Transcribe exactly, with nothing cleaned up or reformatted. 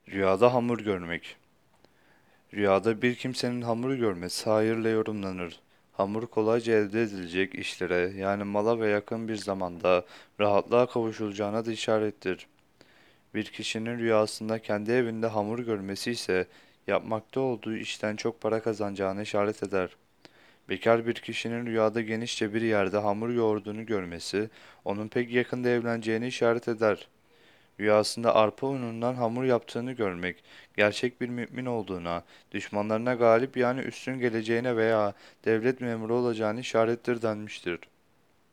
Rüyada hamur görmek. Rüyada bir kimsenin hamur görmesi hayırla yorumlanır. Hamur kolayca elde edilecek işlere yani mala ve yakın bir zamanda rahatlığa kavuşulacağına da işarettir. Bir kişinin rüyasında kendi evinde hamur görmesi ise yapmakta olduğu işten çok para kazanacağını işaret eder. Bekar bir kişinin rüyada genişçe bir yerde hamur yoğurduğunu görmesi onun pek yakında evleneceğini işaret eder. Rüyasında arpa unundan hamur yaptığını görmek, gerçek bir mümin olduğuna, düşmanlarına galip yani üstün geleceğine veya devlet memuru olacağını işarettir denmiştir.